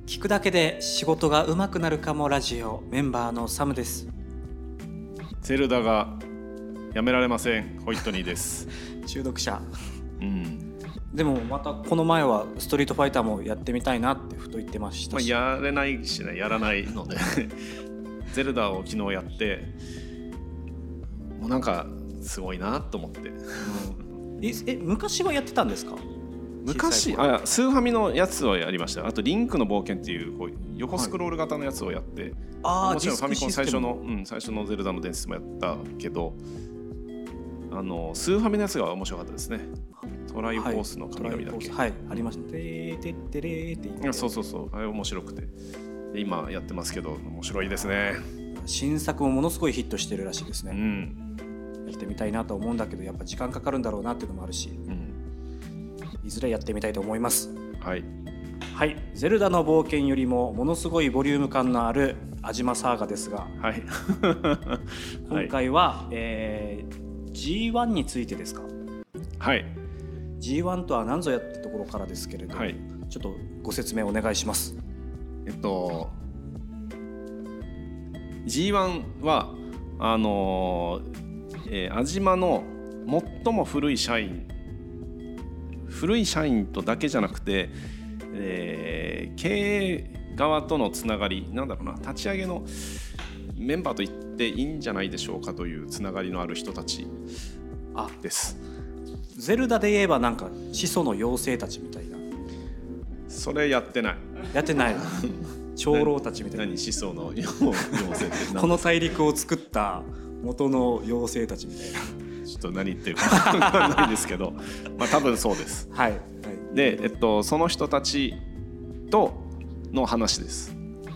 聞くだけで仕事が上手くなるかもラジオメンバーのサムです。 ゼルダがやめられません。ホイットニーです。 中毒者、でもまたこの前はストリートファイターもやってみたいなってふと言ってましたし、 やれないしね、やらないのでゼルダを昨日やってもうなんかすごいなと思って、 昔はやってたんですか？ 昔スーファミのやつをやりました。あとリンクの冒険っていう、横スクロール型のやつをやって、もちろんファミコン最初のゼルダの伝説もやったけど、スーファミのやつが面白かったですね。トライフォースの神々だっけ、 ありました。てってってれって言って、 そうあれ面白くて、今やってますけど面白いですね。 新作もものすごいヒットしてるらしいですね。やってみたいなと思うんだけど、やっぱ時間かかるんだろうなっていうのもあるし、いずれやってみたいと思います。はい、ゼルダの冒険よりもものすごいボリューム感のあるアジマサーガですが、今回は、G1 についてですか？G1 とは何ぞやってところからですけれど、ちょっとご説明お願いします。 G1 は安島の最も古い社員とだけじゃなくて、経営側とのつながり、立ち上げのメンバーと言っていいんじゃないでしょうかというつながりのある人たちです。 ゼルダで言えばなんか始祖の妖精たちみたいな。 それやってない長老たちみたいな。 何始祖の妖精ってこの大陸を作った元の妖精たちみたいな。 ちょっと何言ってるか分かんないですけど多分そうです。で、その人たちとの話です。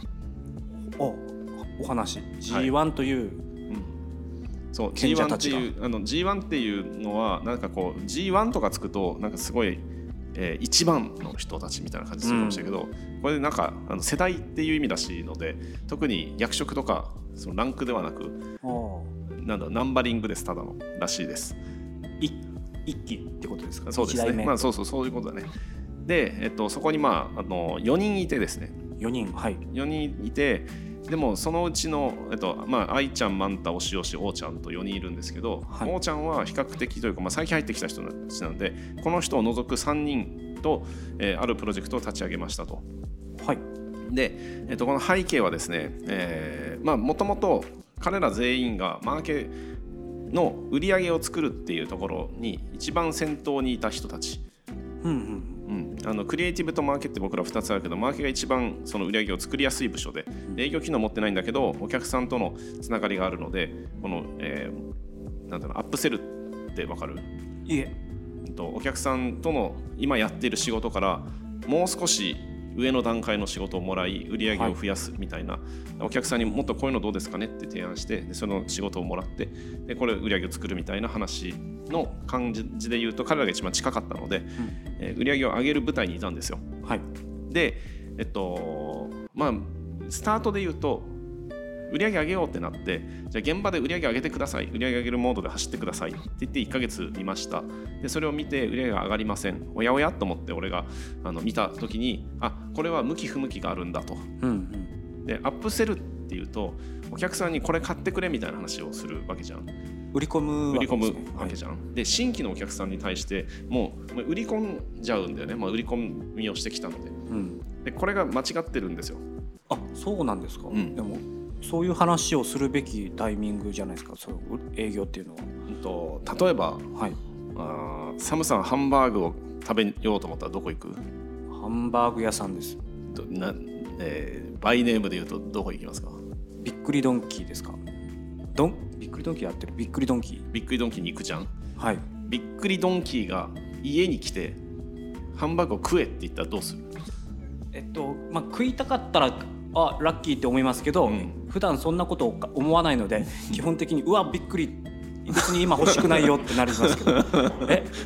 お話 G1 という、 そう G1 っていうG1 っていうのはなんかこう G1 とかつくとなんかすごい、一番の人たちみたいな感じするかもしれないけど、これでなんか世代っていう意味らしいので、特に役職とかそのランクではなくナンバリングです。ただのらしいです。 一期ってことですか？ そうですね。そういうことだね。で、そこに4人いてですね。4人いて、でもそのうちの愛ちゃん、マンタ、おしおし、おーちゃんと4人いるんですけど、おーちゃんは比較的というか、最近入ってきた人たちなんで、この人を除く3人と、あるプロジェクトを立ち上げましたと。で、この背景はですね、もともと彼ら全員がマーケの売り上げを作るっていうところに一番先頭にいた人たち。クリエイティブとマーケって僕ら2つあるけど、マーケが一番その売り上げを作りやすい部署で、営業機能持ってないんだけどお客さんとのつながりがあるので、この、アップセルって分かる？ いえ。 お客さんとの今やっている仕事からもう少し上の段階の仕事をもらい売り上げを増やすみたいな、お客さんにもっとこういうのどうですかねって提案して、でその仕事をもらって、でこれ売り上げを作るみたいな話の感じで言うと彼らが一番近かったので、売り上げを上げる舞台にいたんですよ。で、スタートで言うと売り上げ上げようってなって、じゃあ現場で売り上げ上げてください、売り上げ上げるモードで走ってくださいって言って1ヶ月見ました。でそれを見て売り上げが上がりません。おやおやと思って俺が見た時に、これは向き不向きがあるんだと。でアップセルっていうとお客さんにこれ買ってくれみたいな話をするわけじゃん。 売り込むわけじゃん。で新規のお客さんに対してもう売り込んじゃうんだよね。売り込みをしてきたので、でこれが間違ってるんですよ。 そうなんですか？でもそういう話をするべきタイミングじゃないですか、その営業っていうのは。 例えば、サムさんハンバーグを食べようと思ったらどこ行く？ ハンバーグ屋さんです。 バイネームで言うとどこ行きますか？ びっくりドンキーですか？びっくりドンキーやってる。びっくりドンキーに行くじゃん。びっくりドンキーが家に来てハンバーグを食えって言ったらどうする？ 食いたかったらラッキーって思いますけど、普段そんなことを思わないので基本的にうわびっくり、別に今欲しくないよってなりますけどちょっ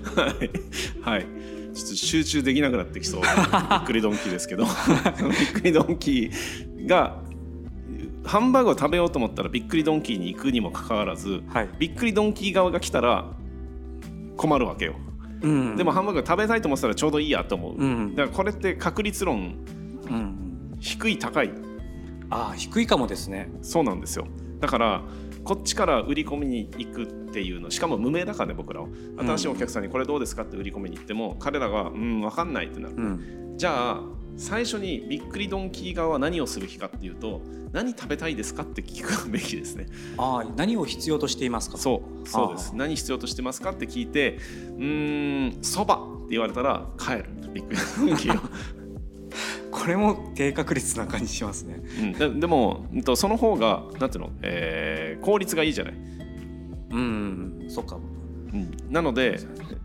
と集中できなくなってきそうびっくりドンキーですけどびっくりドンキーがハンバーグを食べようと思ったらびっくりドンキーに行くにもかかわらず、びっくりドンキー側が来たら困るわけよ。でもハンバーグ食べたいと思ってたらちょうどいいやと思う。だからこれって確率論低い高い、 低いかもですね。 そうなんですよ。だからこっちから売り込みに行くっていうの、しかも無名だからね、僕らは新しいお客さんにこれどうですかって売り込みに行っても、彼らが分かんないってなる、じゃあ最初にびっくりドンキー側は何をすべきかっていうと、何食べたいですかって聞くべきですね。 何を必要としていますか。 そうです。何必要としてますかって聞いて、そばって言われたら帰る、びっくりドンキーはこれも低確率な感じしますね。 でもその方がなんていうの、効率がいいじゃない。 そっか。 なので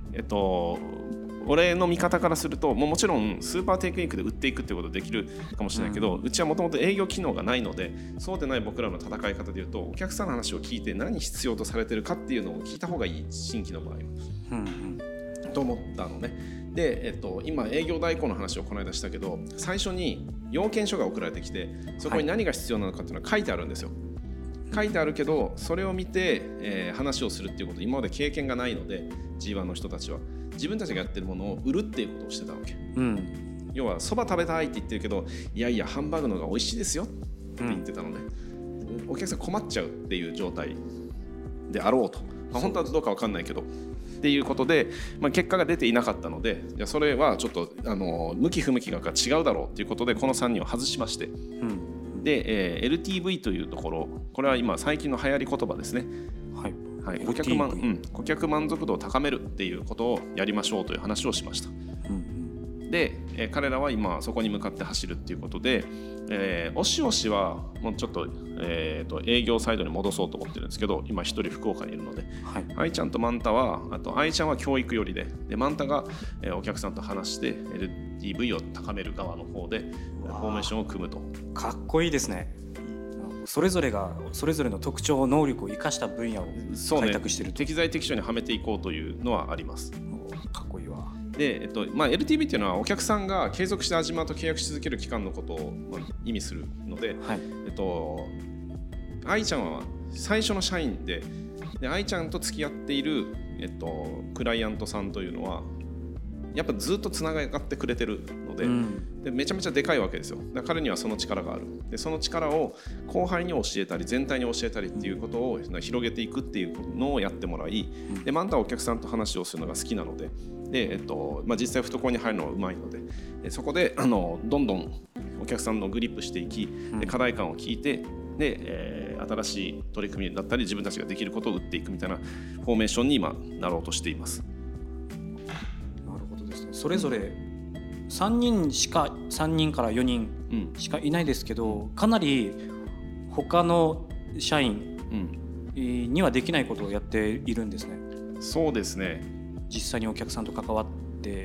俺の見方からすると、もちろんスーパーテクニックで売っていくってことできるかもしれないけど、うちはもともと営業機能がないので、そうでない僕らの戦い方でいうと、お客さんの話を聞いて何必要とされてるかっていうのを聞いた方がいい、新規の場合は、と思ったのね。で、今営業代行の話をこの間したけど、最初に要件書が送られてきて、そこに何が必要なのかっていうのは書いてあるんですよ。書いてあるけど、それを見て、話をするっていうこと、今まで経験がないので、 G1 の人たちは自分たちがやってるものを売るっていうことをしてたわけ、要はそば食べたいって言ってるけど、いやいやハンバーグの方が美味しいですよって言ってたのね、お客さん困っちゃうっていう状態であろうと、本当はどうか分かんないけどっていうことで、結果が出ていなかったので、じゃあそれはちょっと向き不向きが違うだろうということで、この3人を外しまして、で、LTV というところ、これは今最近の流行り言葉ですね。顧客満足度を高めるっていうことをやりましょうという話をしました。で、彼らは今そこに向かって走るっていうことで、おしおしはもうちょっと、営業サイドに戻そうと思ってるんですけど、今一人福岡にいるので、愛ちゃんとマンタは、あと愛ちゃんは教育寄りで、マンタが、お客さんと話して LTV を高める側の方でフォーメーションを組むと。かっこいいですね。それぞれがそれぞれの特徴能力を生かした分野を開拓していると、 適材適所にはめていこうというのはあります。 かっこいいわ。 で、LTV っていうのはお客さんが継続してアジマと契約し続ける期間のことを意味するので、愛ちゃんは最初の社員で、愛ちゃんと付き合っている、クライアントさんというのはやっぱずっとつながってくれてるので、でめちゃめちゃでかいわけですよ。だから彼にはその力がある。でその力を後輩に教えたり全体に教えたりっていうことを広げていくっていうのをやってもらい、でマンタはお客さんと話をするのが好きなので、実際懐に入るのはうまいので、そこでどんどんお客さんのグリップしていき、で課題感を聞いて、で、新しい取り組みだったり自分たちができることを打っていくみたいなフォーメーションに今なろうとしています。 それぞれ3人から4人しかいないですけど、かなり他の社員にはできないことをやっているんですね。 そうですね。 実際にお客さんと関わって、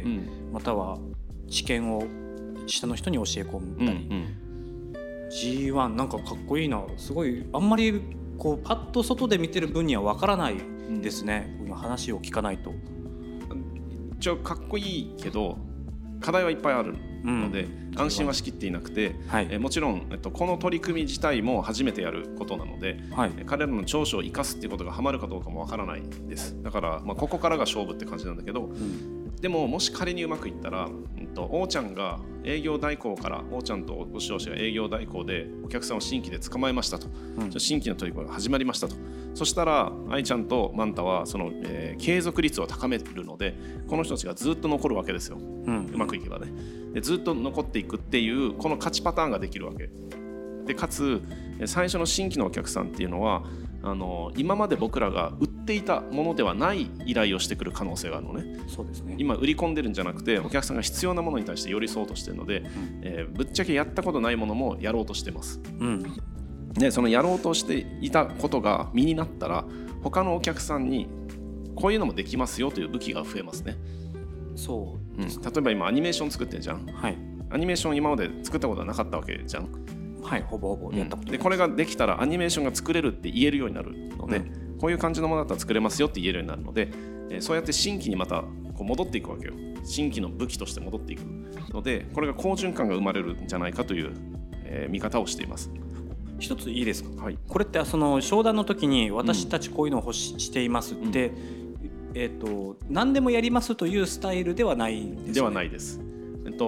または知見を下の人に教え込んだり、G1 なんかかっこいいな。すごいあんまりこうパッと外で見てる分にはわからないですね、話を聞かないと。 一応かっこいいけど課題はいっぱいあるので、安心はしきっていなくて、もちろん、この取り組み自体も初めてやることなので、彼らの長所を生かすっていうことがハマるかどうかもわからないです。だから、ここからが勝負って感じなんだけど、でももし仮にうまくいったら、おーちゃんが営業代行から、おーちゃんとおしおしが営業代行でお客さんを新規で捕まえましたと、新規の取り組みが始まりましたと。そしたら愛ちゃんとマンタはその、継続率を高めるので、この人たちがずっと残るわけですよ、うまくいけばね。でずっと残っていくっていうこの勝ちパターンができるわけで、かつ最初の新規のお客さんっていうのは今まで僕らが売っていたものではない依頼をしてくる可能性があるのね。 そうですね。 今売り込んでるんじゃなくて、お客さんが必要なものに対して寄り添おうとしてるので、ぶっちゃけやったことないものもやろうとしてます、でそのやろうとしていたことが身になったら、他のお客さんにこういうのもできますよという武器が増えますね。 そうですね。 例えば今アニメーション作ってるじゃん、アニメーション今まで作ったことはなかったわけじゃん。 ほぼほぼやったことない、 でこれができたらアニメーションが作れるって言えるようになるので、こういう感じのものだったら作れますよって言えるようになるので、そうやって新規にまたこう戻っていくわけよ。新規の武器として戻っていくので、これが好循環が生まれるんじゃないかという、見方をしています。 一ついいですか、これってその商談の時に私たちこういうのを欲していますって、何でもやりますというスタイルではないんですよね。 ではないです。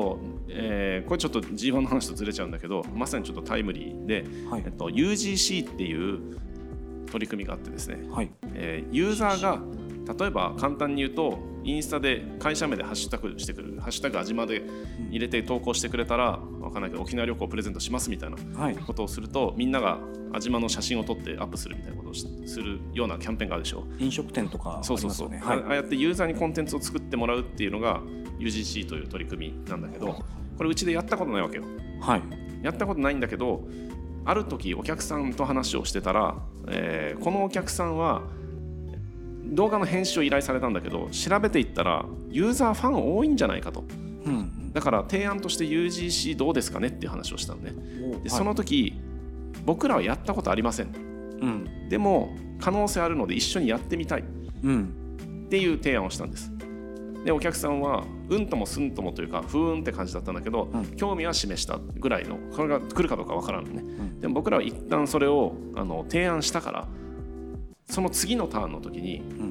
これちょっと G1 の話とずれちゃうんだけど、まさにちょっとタイムリーで、はい、UGC っていう取り組みがあってですね、はい、ユーザーが例えば簡単に言うとインスタで会社名でハッシュタグしてくる、ハッシュタグあじまで入れて投稿してくれたら分かんないけど沖縄旅行をプレゼントしますみたいなことをすると、みんながあじまの写真を撮ってアップするみたいなことをするようなキャンペーンがあるでしょ。 飲食店とかありますよね。そうそうそう、 はい、ああやってユーザーにコンテンツを作ってもらうっていうのが UGC という取り組みなんだけど、これうちでやったことないわけよ。はい、やったことないんだけど、ある時お客さんと話をしてたら、このお客さんは動画の編集を依頼されたんだけど、調べていったらユーザーファン多いんじゃないかと、うん、だから提案として UGC どうですかねっていう話をしたのね。でその時、僕らはやったことありません、うん、でも可能性あるので一緒にやってみたい、うん、っていう提案をしたんです。でお客さんはうんともすんともというかふーんって感じだったんだけど、うん、興味は示したぐらいの、これが来るかどうかわからんのね、うん、でも僕らは一旦それを提案したから、その次のターンの時に、うん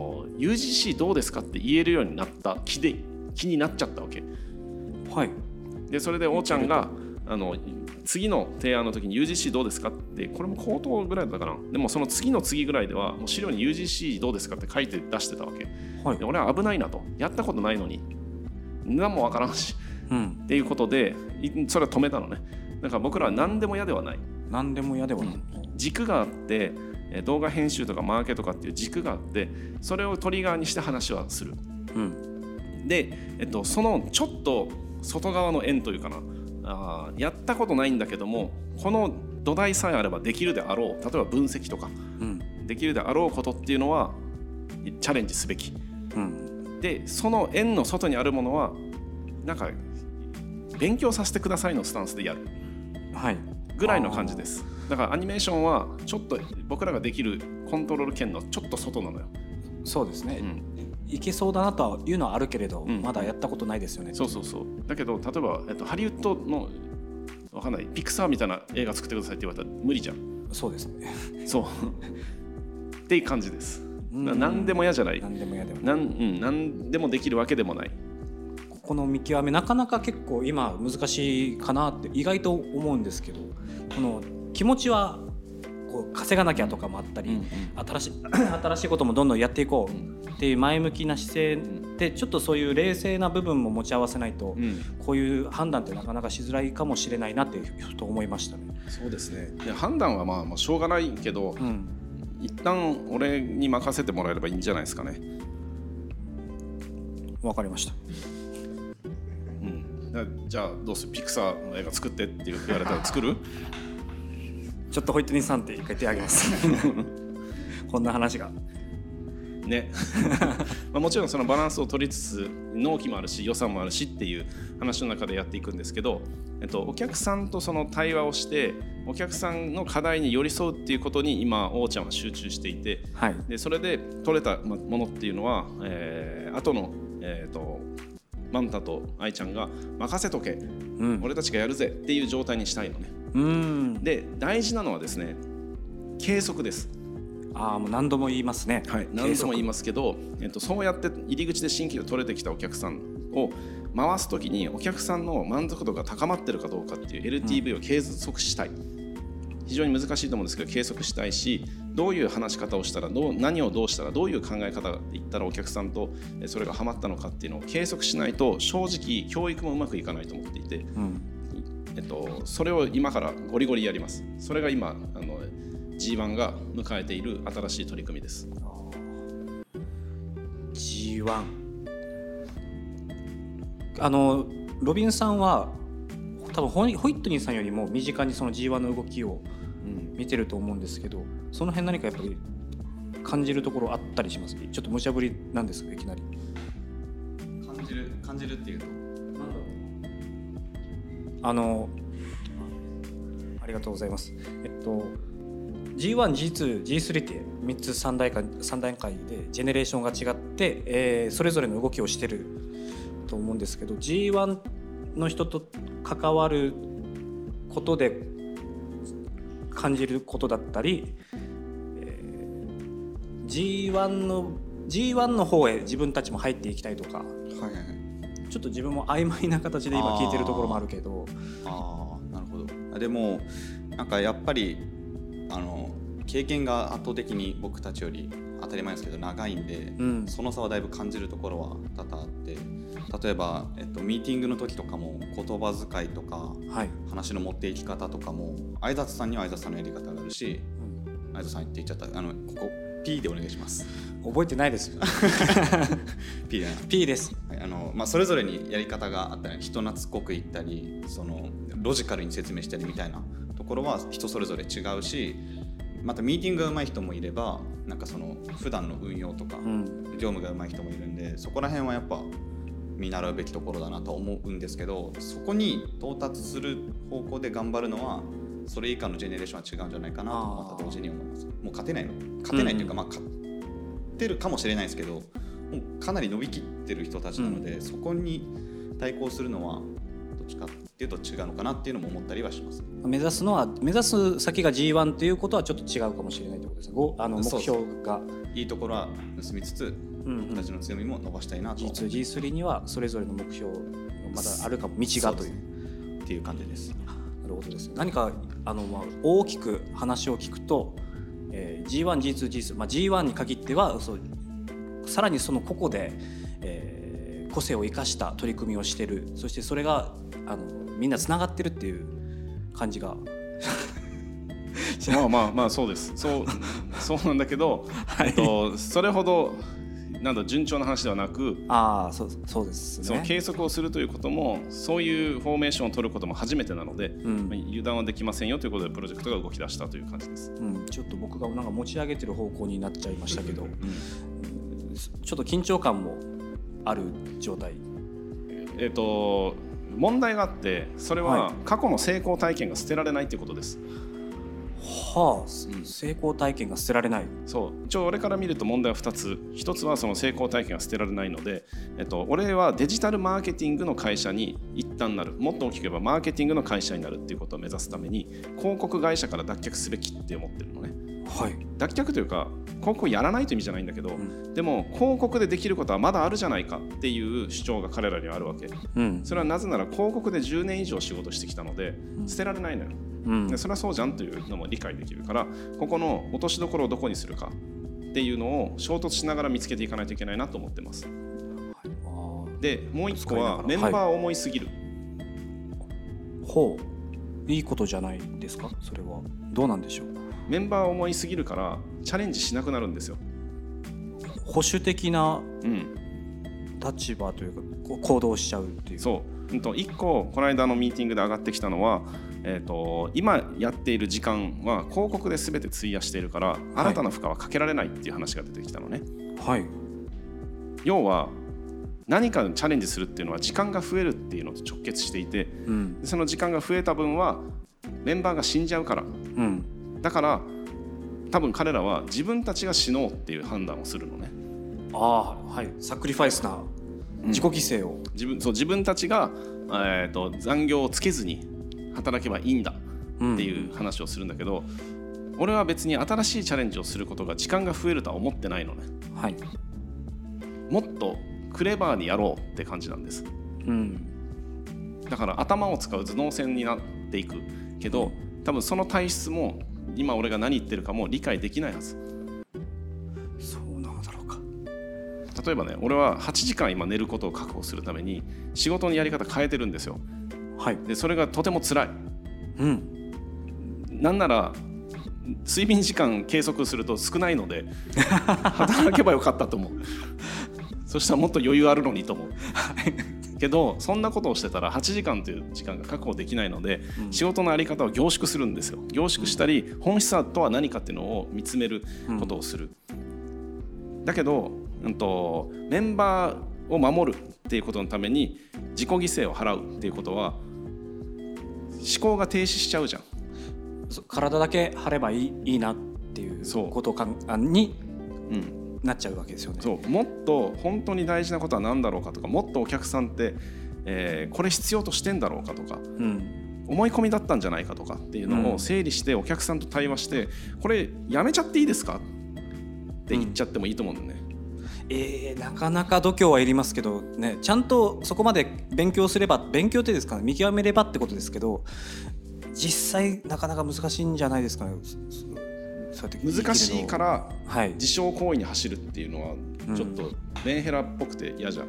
、UGC どうですかって言えるようになった気になっちゃったわけ。はい。でそれでおーちゃんが次の提案の時に UGC どうですかって、これも口頭ぐらいだったかな。でもその次の次ぐらいではもう資料に UGC どうですかって書いて出してたわけ。はい、で俺は危ないなと、やったことないのに何もわからんし、うん、っていうことでそれは止めたのね。だから僕らは何でも嫌ではない。何でも嫌ではない。軸があって、動画編集とかマーケとかっていう軸があって、それをトリガーにして話はする、うん、で、そのちょっと外側の円というかな、やったことないんだけどもこの土台さえあればできるであろう、例えば分析とか、うん、できるであろうことっていうのはチャレンジすべき、うん、でその円の外にあるものはなんか勉強させてくださいのスタンスでやる、はい、ぐらいの感じです。だからアニメーションはちょっと僕らができるコントロール圏のちょっと外なのよ。 そうですね、うん、いけそうだなとはいうのはあるけれど、うん、まだやったことないですよね。 そうそうそう。だけど例えば、ハリウッドのわかんないピクサーみたいな映画作ってくださいって言われたら無理じゃん。 そうですね。 そうっていう感じです。何でも嫌じゃない。何でも嫌でもない。何でもできるわけでもない。 この見極めなかなか結構今難しいかなって意外と思うんですけど、この気持ちはこう稼がなきゃとかもあったり、新しいこともどんどんやっていこうっていう前向きな姿勢で、ちょっとそういう冷静な部分も持ち合わせないと、こういう判断ってなかなかしづらいかもしれないなってふと思いましたね。 そうですね。で判断はまあしょうがないけど、一旦俺に任せてもらえればいいんじゃないですかね。 わかりました。 じゃあどうする、ピクサーの映画作ってって言われたら作る？ ちょっとホイットニーさんって一回手挙げますこんな話がねもちろんそのバランスを取りつつ納期もあるし予算もあるしっていう話の中でやっていくんですけど、お客さんとその対話をしてお客さんの課題に寄り添うっていうことに今おーちゃんは集中していて、はい、でそれで取れたものっていうのは、後の、マンタと愛ちゃんが任せとけ、俺たちがやるぜっていう状態にしたいのね。で大事なのはですね、計測です。 もう何度も言いますね、 はい、何度も言いますけど、そうやって入り口で新規が取れてきたお客さんを回すときにお客さんの満足度が高まってるかどうかっていう LTV を計測したい、非常に難しいと思うんですけど計測したいし、どういう話し方をしたら何をどうしたらどういう考え方で言ったらお客さんとそれがハマったのかっていうのを計測しないと正直教育もうまくいかないと思っていて、それを今からゴリゴリやります。それが今G1 が迎えている新しい取り組みです。 G1 ロビンさんは多分ホイットニーさんよりも身近にその G1 の動きを見てると思うんですけど、その辺何かやっぱり感じるところあったりします？ちょっと無茶ぶりなんですけどいきなり感じるっていうとありがとうございます。G1、G2、G3 って3つ3段階でジェネレーションが違って、それぞれの動きをしてると思うんですけど、 G1 の人と関わることで感じることだったり、G1 の方へ自分たちも入っていきたいとか、 ちょっと自分も曖昧な形で今聞いてるところもあるけど。 なるほど。でもなんかやっぱり経験が圧倒的に僕たちより当たり前ですけど長いんで、その差はだいぶ感じるところは多々あって、例えば、ミーティングの時とかも言葉遣いとか、話の持っていき方とかも相里さんには相里さんのやり方があるし、相里さんって言っちゃった、ここ P でお願いします。 覚えてないですよ P です、 それぞれにやり方があったり、人懐っこく言ったり、ロジカルに説明したりみたいなところは人それぞれ違うし、またミーティングが上手い人もいれば、なんか普段の運用とか、業務が上手い人もいるんで、そこら辺はやっぱ見習うべきところだなと思うんですけど、そこに到達する方向で頑張るのはそれ以下のジェネレーションは違うんじゃないかなとまた同時に思います。もう勝てないというか、勝てるかもしれないですけど、もうかなり伸びきってる人たちなので、そこに対抗するのはどっちかっていうと違うのかなっていうのも思ったりはします。 目指す先が G1 ということはちょっと違うかもしれないということですね。目標がいいところは盗みつつ、僕たちの強みも伸ばしたいなと。 G2、G3 にはそれぞれの目標まだあるかも、道がというっていう感じです。 なるほどですね。何か大きく話を聞くと、G1、G2、G3、G1 に限ってはさらにその個々で、個性を生かした取り組みをしている、そしてそれがみんなつながってるっていう感じがまあそうです。そうなんだけど、それほど順調な話ではなく、 そうですね。 その計測をするということも、そういうフォーメーションを取ることも初めてなので、油断はできませんよということでプロジェクトが動き出したという感じです。 ちょっと僕がなんか持ち上げてる方向になっちゃいましたけど、ちょっと緊張感もある状態。 問題があって、それは過去の成功体験が捨てられないということです。 成功体験が捨てられない。 俺から見ると問題は2つ。1つはその成功体験が捨てられないので、俺はデジタルマーケティングの会社に一旦なる、もっと大きく言えばマーケティングの会社になるっていうことを目指すために、広告会社から脱却すべきって思ってるのね。脱却というか、広告やらないという意味じゃないんだけど、でも広告でできることはまだあるじゃないかっていう主張が彼らにはあるわけ。それはなぜなら広告で10年以上仕事してきたので、捨てられないのよ。でそれはそうじゃんというのも理解できるから、ここの落としどころをどこにするかっていうのを衝突しながら見つけていかないといけないなと思ってます。でもう一個はメンバーを思いすぎる。 いいことじゃないですか。それはどうなんでしょう。 メンバーを思いすぎるからチャレンジしなくなるんですよ。 保守的な立場というか、行動しちゃうっていう。 1個この間のミーティングで上がってきたのは、今やっている時間は広告で全て費やしているから、新たな負荷はかけられないっていう話が出てきたのね。要は何かチャレンジするっていうのは時間が増えるっていうのと直結していて、その時間が増えた分はメンバーが死んじゃうから、だから多分彼らは自分たちが死のうっていう判断をするのね。 サクリファイスな自己犠牲を、 自分たちが、残業をつけずに働けばいいんだっていう話をするんだけど、俺は別に新しいチャレンジをすることが時間が増えるとは思ってないのね。もっとクレバーにやろうって感じなんです。だから頭を使う頭脳戦になっていくけど、多分その体質も今俺が何言ってるかも理解できないはず。 そうなんだろうか。 例えばね、俺は8時間今寝ることを確保するために仕事のやり方変えてるんですよ。でそれがとても辛い。なんなら睡眠時間計測すると少ないので働けばよかったと思う。そしたらもっと余裕あるのにと思うけど、そんなことをしてたら8時間という時間が確保できないので、仕事の在り方を凝縮するんですよ。凝縮したり、本質とは何かっていうのを見つめることをする。だけど、メンバーを守るっていうことのために自己犠牲を払うっていうことは思考が停止しちゃうじゃん。 体だけ張ればいいなっていうことになっちゃうわけですよね。 もっと本当に大事なことは何だろうかとか、もっとお客さんって、これ必要としてんだろうかとか、思い込みだったんじゃないかとかっていうのを整理してお客さんと対話して、これやめちゃっていいですかって言っちゃってもいいと思うんだよね。 なかなか度胸はいりますけどね、ちゃんとそこまで勉強すれば、勉強ってですかね、見極めればってことですけど、実際なかなか難しいんじゃないですかね。 難しいから自傷行為に走るっていうのはちょっとメンヘラっぽくて嫌じゃん。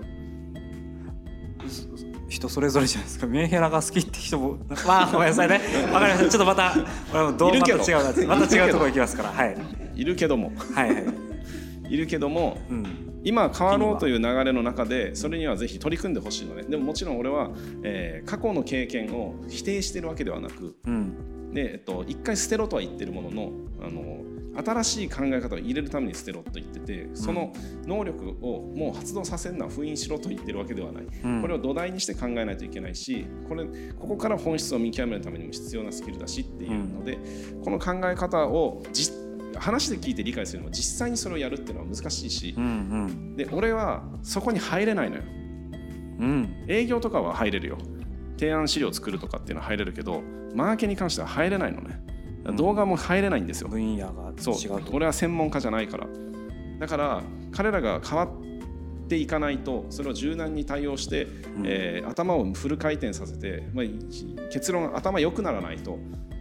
人それぞれじゃないですか。メンヘラが好きって人もまあごめんなさいね、わかりました。ちょっとまたどうまた違うところ行きますから、はい、 いるけどもはいはい、 いるけども、今変わろうという流れの中でそれにはぜひ取り組んでほしいのね。でももちろん俺は、過去の経験を否定してるわけではなく、で一回捨てろとは言ってるものの、新しい考え方を入れるために捨てろと言ってて、その能力をもう発動させるのは封印しろと言ってるわけではない、これを土台にして考えないといけないし、ここから本質を見極めるためにも必要なスキルだしっていうので、この考え方を話で聞いて理解するのも実際にそれをやるっていうのは難しいし、で俺はそこに入れないのよ、営業とかは入れるよ、提案資料作るとかっていうのは入れるけど、マーケに関しては入れないのね。動画も入れないんですよ、 分野が違うと。 俺は専門家じゃないから。だから彼らが変わっていかないと、それを柔軟に対応して、頭をフル回転させて、結論頭良くならないと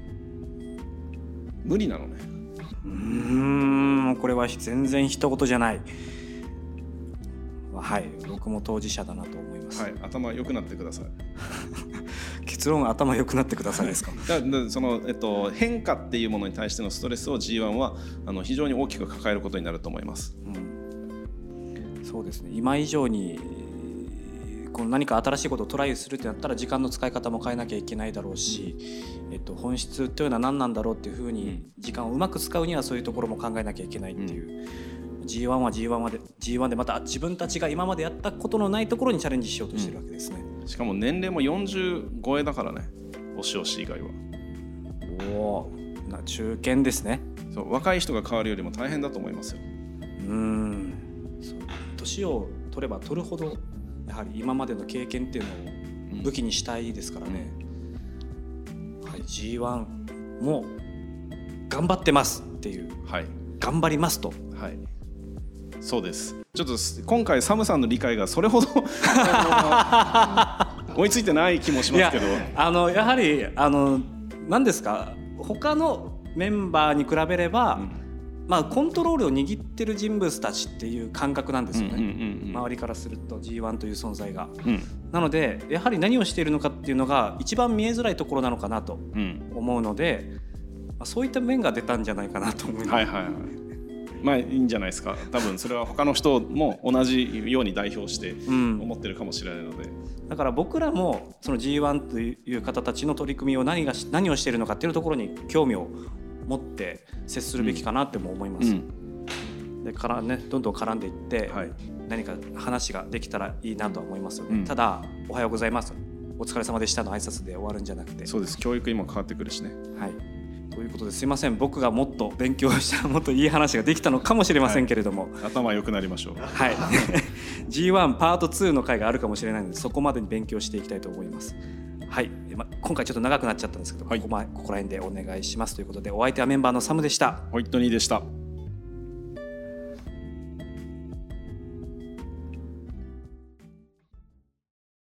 無理なのね。 これは全然一言じゃない。はい、僕も当事者だなと思います。 はい、頭良くなってください。 結論は頭良くなってくださいですか。 その変化っていうものに対してのストレスを G1 は非常に大きく抱えることになると思います。 そうですね。今以上にこの何か新しいことをトライするってなったら時間の使い方も変えなきゃいけないだろうし、本質というのは何なんだろうっていうふうに時間をうまく使うにはそういうところも考えなきゃいけないっていう。G1 は G1 でまた自分たちが今までやったことのないところにチャレンジしようとしてるわけですね。 しかも年齢も40超えだからね、押し以外は。 中堅ですね。 そう、若い人が変わるよりも大変だと思いますよ。 年を取れば取るほどやはり今までの経験っていうのを武器にしたいですからね。G1 も頑張ってますっていう、頑張りますと。 そうです。ちょっと今回サムさんの理解がそれほど追いついてない気もしますけど、 やはり何ですか、他のメンバーに比べれば、コントロールを握ってる人物たちっていう感覚なんですよね、周りからすると G1 という存在が、なのでやはり何をしているのかっていうのが一番見えづらいところなのかなと思うので、そういった面が出たんじゃないかなと思います。 いいんじゃないですか。多分それは他の人も同じように代表して思ってるかもしれないので、 だから僕らもその G1 という方たちの取り組みを何をしているのかっていうところに興味を持って接するべきかなっても思います、でからね、どんどん絡んでいって、何か話ができたらいいなとは思いますよね、ただおはようございます、お疲れ様でしたの挨拶で終わるんじゃなくて。そうです、 教育にも変わってくるしね。 ということですいません、僕がもっと勉強したらもっといい話ができたのかもしれませんけれども、 頭良くなりましょう。 G1 パート2の回があるかもしれないので、そこまでに勉強していきたいと思います。今回ちょっと長くなっちゃったんですけど、ここら辺でお願いしますということで、お相手はメンバーのサムでした。 ホイットニーでした。